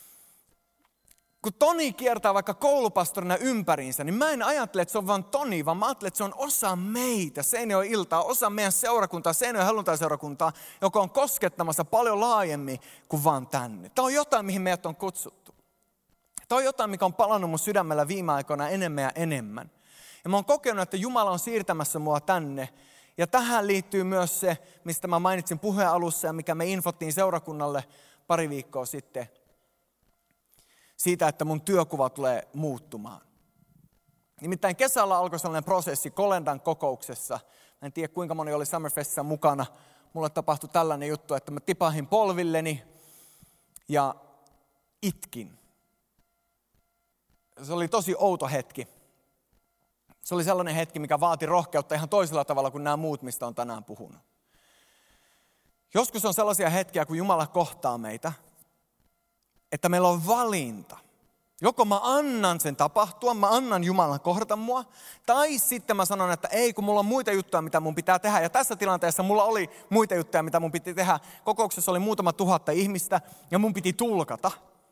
[SPEAKER 1] Kun Toni kiertää vaikka koulupastorina ympäriinsä, niin mä en ajattele, että se on vain Toni, vaan mä ajattelen, että se on osa meitä, Seinäjoen iltaa, osa meidän seurakuntaa, Seinäjoen helluntai-seurakuntaa, joka on koskettamassa paljon laajemmin kuin vaan tänne. Tämä on jotain, mihin meidät on kutsuttu. Tämä on jotain, mikä on palannut mun sydämellä viime aikoina enemmän ja enemmän. Ja mä oon kokenut, että Jumala on siirtämässä mua tänne. Ja tähän liittyy myös se, mistä mä mainitsin puheen alussa ja mikä me infottiin seurakunnalle pari viikkoa sitten. Siitä, että mun työkuva tulee muuttumaan. Nimittäin kesällä alkoi sellainen prosessi Kolendan kokouksessa. Mä en tiedä, kuinka moni oli Summerfestissä mukana. Mulle tapahtui tällainen juttu, että mä tipahin polvilleni ja itkin. Se oli tosi outo hetki. Se oli sellainen hetki, mikä vaati rohkeutta ihan toisella tavalla kuin nämä muut, mistä on tänään puhunut. Joskus on sellaisia hetkiä, kun Jumala kohtaa meitä, että meillä on valinta. Joko mä annan sen tapahtua, mä annan Jumalan kohdata mua, tai sitten mä sanon, että ei, kun mulla on muita juttuja, mitä mun pitää tehdä. Ja tässä tilanteessa mulla oli muita juttuja, mitä mun piti tehdä. Kokouksessa oli muutama 1000 ihmistä ja mun piti tulkata.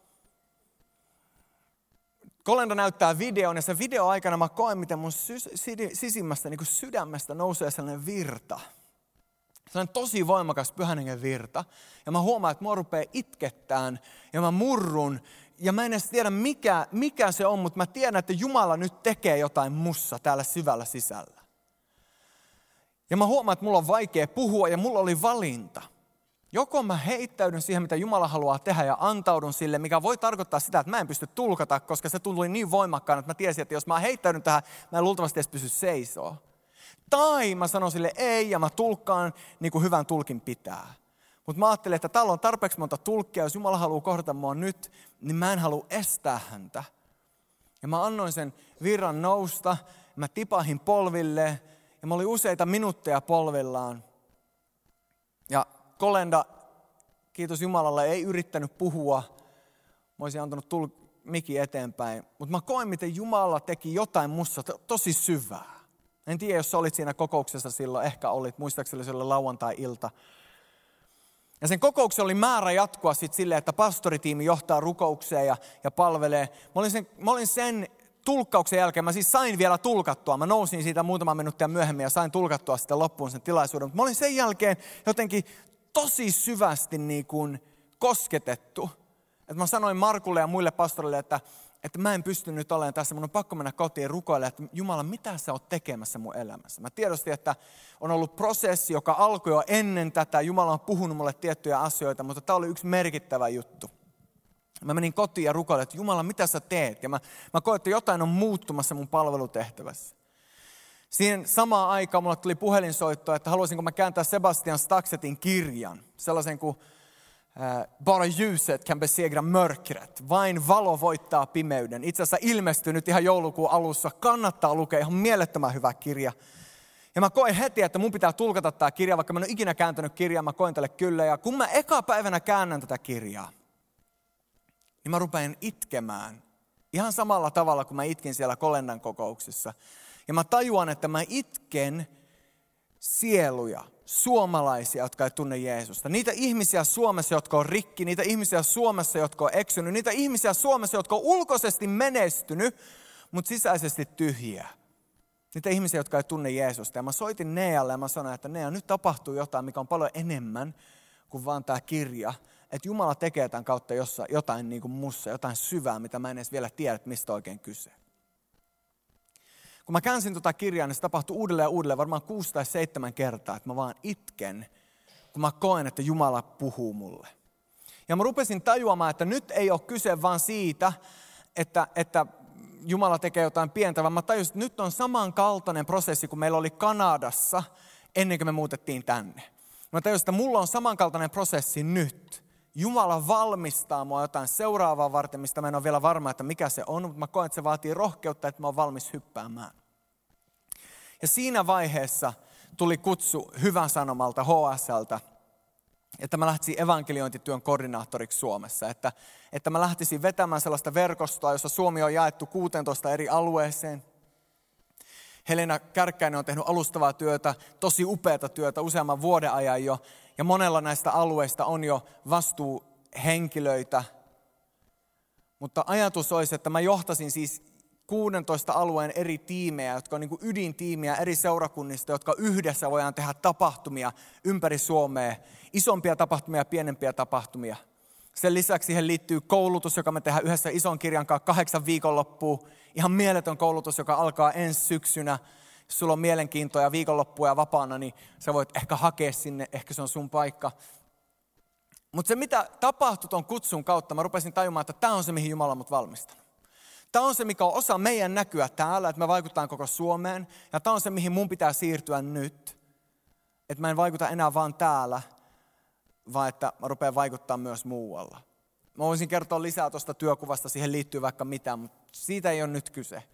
[SPEAKER 1] Kolenda näyttää videon ja sen video aikana mä koen, miten mun sisimmästä niin kuin sydämestä nousee sellainen virta. Sellainen tosi voimakas Pyhän Hengen virta. Ja mä huomaan, että mua rupeaa itkettään ja mä murrun. Ja mä en edes tiedä mikä se on, mutta mä tiedän, että Jumala nyt tekee jotain mussa täällä syvällä sisällä. Ja mä huomaan, että mulla on vaikea puhua ja mulla oli valinta. Joko mä heittäydyn siihen, mitä Jumala haluaa tehdä ja antaudun sille, mikä voi tarkoittaa sitä, että mä en pysty tulkata, koska se tuntui niin voimakkaan, että mä tiesin, että jos mä heittäydyn tähän, mä en luultavasti edes pysy seisoo. Tai mä sanon sille ei ja mä tulkkaan niin kuin hyvän tulkin pitää. Mutta mä ajattelin, että täällä on tarpeeksi monta tulkkia, jos Jumala haluaa kohdata mua nyt, niin mä en halua estää häntä. Ja mä annoin sen virran nousta, mä tipahin polville ja mä olin useita minuutteja polvillaan. Ja Kolenda, kiitos Jumalalle, ei yrittänyt puhua. Mä olisin antanut miki eteenpäin. Mutta mä koin, miten Jumala teki jotain mussa tosi syvää. En tiedä, jos sä olit siinä kokouksessa silloin, ehkä olit, muistaakseni se oli lauantai-ilta. Ja sen kokouksen oli määrä jatkua sitten silleen, että pastoritiimi johtaa rukoukseen ja palvelee. Mä olin sen tulkkauksen jälkeen, mä siis sain vielä tulkattua. Mä nousin siitä muutama minuuttia myöhemmin ja sain tulkattua sitten loppuun sen tilaisuuden. Mutta mä olin sen jälkeen jotenkin tosi syvästi niin kuin kosketettu. Että mä sanoin Markulle ja muille pastorille, että mä en pysty nyt olemaan tässä. Mun on pakko mennä kotiin rukoille, että Jumala, mitä sä oot tekemässä mun elämässä? Mä tiedostin, että on ollut prosessi, joka alkoi jo ennen tätä. Jumala on puhunut mulle tiettyjä asioita, mutta tämä oli yksi merkittävä juttu. Mä menin kotiin ja rukoilin, että Jumala, mitä sä teet? Ja mä koin, että jotain on muuttumassa mun palvelutehtävässä. Siihen samaan aikaan mulle tuli puhelinsoitto, että haluaisinko mä kääntää Sebastian Staxetin kirjan. Sellaisen kuin Bara ljuset kan besegra mörkret. Vain valo voittaa pimeyden. Itse asiassa ilmestyi nyt ihan joulukuun alussa. Kannattaa lukea, ihan mielettömän hyvä kirja. Ja mä koin heti, että mun pitää tulkata tämä kirja, vaikka mä en ole ikinä kääntänyt kirjaa, mä koin tälle kyllä. Ja kun mä eka päivänä käännän tätä kirjaa, niin mä rupean itkemään. Ihan samalla tavalla kuin mä itkin siellä Kolendan kokouksessa. Ja mä tajuan, että mä itken sieluja, suomalaisia, jotka ei tunne Jeesusta. Niitä ihmisiä Suomessa, jotka on rikki, niitä ihmisiä Suomessa, jotka on eksynyt, niitä ihmisiä Suomessa, jotka on ulkoisesti menestynyt, mutta sisäisesti tyhjiä. Niitä ihmisiä, jotka ei tunne Jeesusta. Ja mä soitin Nealle ja mä sanoin, että Nea, nyt tapahtuu jotain, mikä on paljon enemmän kuin vaan tämä kirja. Että Jumala tekee tämän kautta jotain niin kuin mussa, jotain syvää, mitä mä en edes vielä tiedä, että mistä oikein kyse. Kun mä käänsin tuota kirjaa, niin se tapahtui uudelleen ja uudelleen, varmaan 6 tai 7 kertaa, että mä vaan itken, kun mä koen, että Jumala puhuu mulle. Ja mä rupesin tajuamaan, että nyt ei ole kyse vaan siitä, että Jumala tekee jotain pientä, vaan mä tajusin, että nyt on samankaltainen prosessi kuin meillä oli Kanadassa ennen kuin me muutettiin tänne. Mä tajusin, että mulla on samankaltainen prosessi nyt. Jumala valmistaa mua jotain seuraavaa varten, mistä mä en ole vielä varma, että mikä se on, mutta mä koen, että se vaatii rohkeutta, että mä oon valmis hyppäämään. Ja siinä vaiheessa tuli kutsu Hyvän Sanomalta HSL:tä, että mä lähtisin evankeliointityön koordinaattoriksi Suomessa. Että mä lähtisin vetämään sellaista verkostoa, jossa Suomi on jaettu 16 eri alueeseen. Helena Kärkkäinen on tehnyt alustavaa työtä, tosi upeata työtä useamman vuoden ajan jo. Ja monella näistä alueista on jo vastuuhenkilöitä. Mutta ajatus olisi, että mä johtasin siis 16 alueen eri tiimejä, jotka on niin kuin ydintiimiä eri seurakunnista, jotka yhdessä voidaan tehdä tapahtumia ympäri Suomea. Isompia tapahtumia ja pienempiä tapahtumia. Sen lisäksi siihen liittyy koulutus, joka me tehdään yhdessä ison kirjan kanssa 8 viikonloppua. Ihan mieletön koulutus, joka alkaa ensi syksynä. Jos sulla on mielenkiintoa ja viikonloppua ja vapaana, niin sä voit ehkä hakea sinne, ehkä se on sun paikka. Mutta se mitä tapahtui ton kutsun kautta, mä rupesin tajumaan, että tämä on se, mihin Jumala on mut valmistanut. Tämä on se, mikä on osa meidän näkyä täällä, että me vaikutaan koko Suomeen. Ja tämä on se, mihin mun pitää siirtyä nyt. Että mä en vaikuta enää vaan täällä, vaan että mä rupean vaikuttaa myös muualla. Mä voisin kertoa lisää tuosta työkuvasta, siihen liittyy vaikka mitään, mutta siitä ei ole nyt kyse.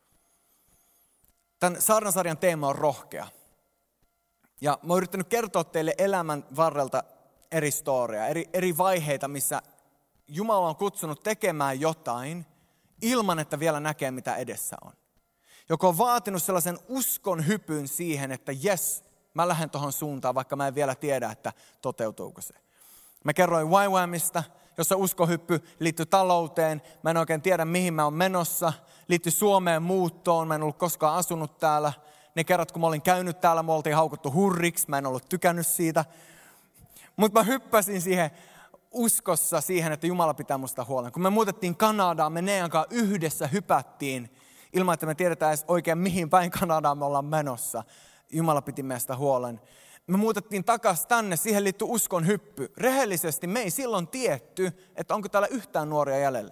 [SPEAKER 1] Tämän saarnasarjan teema on rohkea. Ja mä oon yrittänyt kertoa teille elämän varrelta eri storeja, eri vaiheita, missä Jumala on kutsunut tekemään jotain, ilman että vielä näkee mitä edessä on. Joka on vaatinut sellaisen uskon hypyn siihen, että jes, mä lähden tuohon suuntaan, vaikka mä en vielä tiedä, että toteutuuko se. Mä kerroin YWAMista, jossa uskohyppy liittyy talouteen. Mä en oikein tiedä, mihin mä oon menossa. Liittyy Suomeen muuttoon. Mä en ollut koskaan asunut täällä. Ne kerrat, kun mä olin käynyt täällä, me oltiin haukuttu hurriksi. Mä en ollut tykännyt siitä. Mutta mä hyppäsin siihen uskossa siihen, että Jumala pitää musta huolen. Kun me muutettiin Kanadaan, me Nean kanssa yhdessä hypättiin, ilman että me tiedetään edes oikein mihin päin Kanadaan me ollaan menossa. Jumala piti meistä huolen. Me muutettiin takaisin tänne, siihen liittyy uskon hyppy. Rehellisesti me ei silloin tietty, että onko täällä yhtään nuoria jäljellä.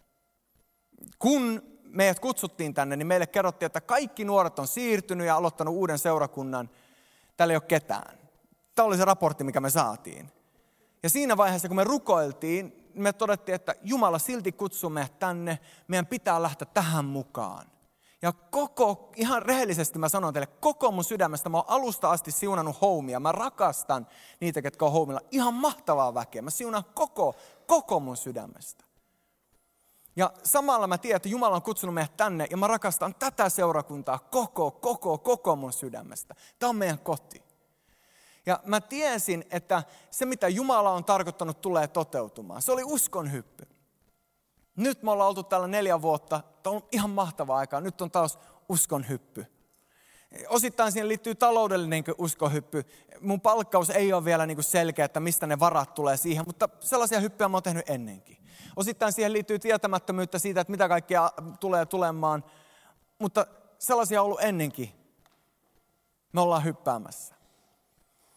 [SPEAKER 1] Kun meidät kutsuttiin tänne, niin meille kerrottiin, että kaikki nuoret on siirtynyt ja aloittanut uuden seurakunnan. Täällä ei ole ketään. Tämä oli se raportti, mikä me saatiin. Ja siinä vaiheessa, kun me rukoiltiin, me todettiin, että Jumala silti kutsuu meidät tänne. Meidän pitää lähteä tähän mukaan. Ja ihan rehellisesti mä sanon teille, koko mun sydämestä mä oon alusta asti siunannut Homea. Mä rakastan niitä, ketkä on Homella. Ihan mahtavaa väkeä. Mä siunaan koko mun sydämestä. Ja samalla mä tiedän, että Jumala on kutsunut meidät tänne ja mä rakastan tätä seurakuntaa koko mun sydämestä. Tämä on meidän koti. Ja mä tiesin, että se mitä Jumala on tarkoittanut tulee toteutumaan. Se oli uskon hyppy. Nyt me ollaan oltu täällä 4 vuotta. Tämä on ihan mahtavaa aikaa. Nyt on taas uskon hyppy. Osittain siihen liittyy taloudellinen uskon hyppy. Mun palkkaus ei ole vielä selkeä, että mistä ne varat tulee siihen, mutta sellaisia hyppyjä mä oon tehnyt ennenkin. Osittain siihen liittyy tietämättömyyttä siitä, että mitä kaikkea tulee tulemaan, mutta sellaisia on ollut ennenkin. Me ollaan hyppäämässä.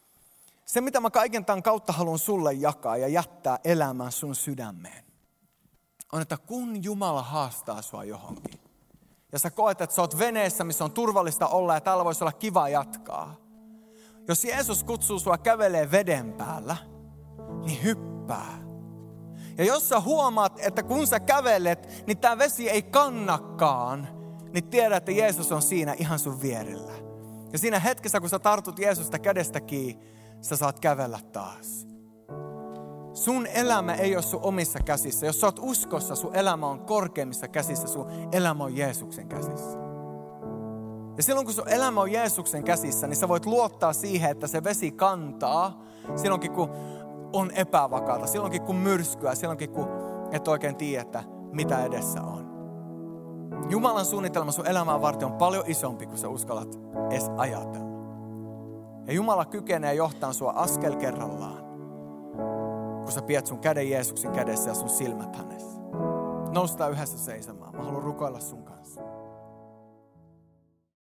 [SPEAKER 1] Se, mitä mä kaiken tämän kautta haluan sulle jakaa ja jättää elämään sun sydämeen, on, että kun Jumala haastaa sua johonkin, ja sä koet, että sä oot veneessä, missä on turvallista olla ja täällä voisi olla kiva jatkaa. Jos Jeesus kutsuu sua kävelee veden päällä, niin hyppää. Ja jos sä huomaat, että kun sä kävelet, niin tää vesi ei kannakaan, niin tiedä, että Jeesus on siinä ihan sun vierellä. Ja siinä hetkessä, kun sä tartut Jeesusta kädestä kiinni, sä saat kävellä taas. Sun elämä ei ole sun omissa käsissä. Jos sä oot uskossa, sun elämä on korkeimmissa käsissä, sun elämä on Jeesuksen käsissä. Ja silloin kun sun elämä on Jeesuksen käsissä, niin sä voit luottaa siihen, että se vesi kantaa silloinkin kun on epävakaata, silloinkin kun myrskyä, silloinkin kun et oikein tiedä, että mitä edessä on. Jumalan suunnitelma sun elämään varten on paljon isompi kuin sä uskallat edes ajatella. Ja Jumala kykenee johtamaan sua askel kerrallaan, kun sä pidät sun käden Jeesuksen kädessä ja sun silmät hänessä. Noustaan yhdessä seisomaan. Mä haluan rukoilla sun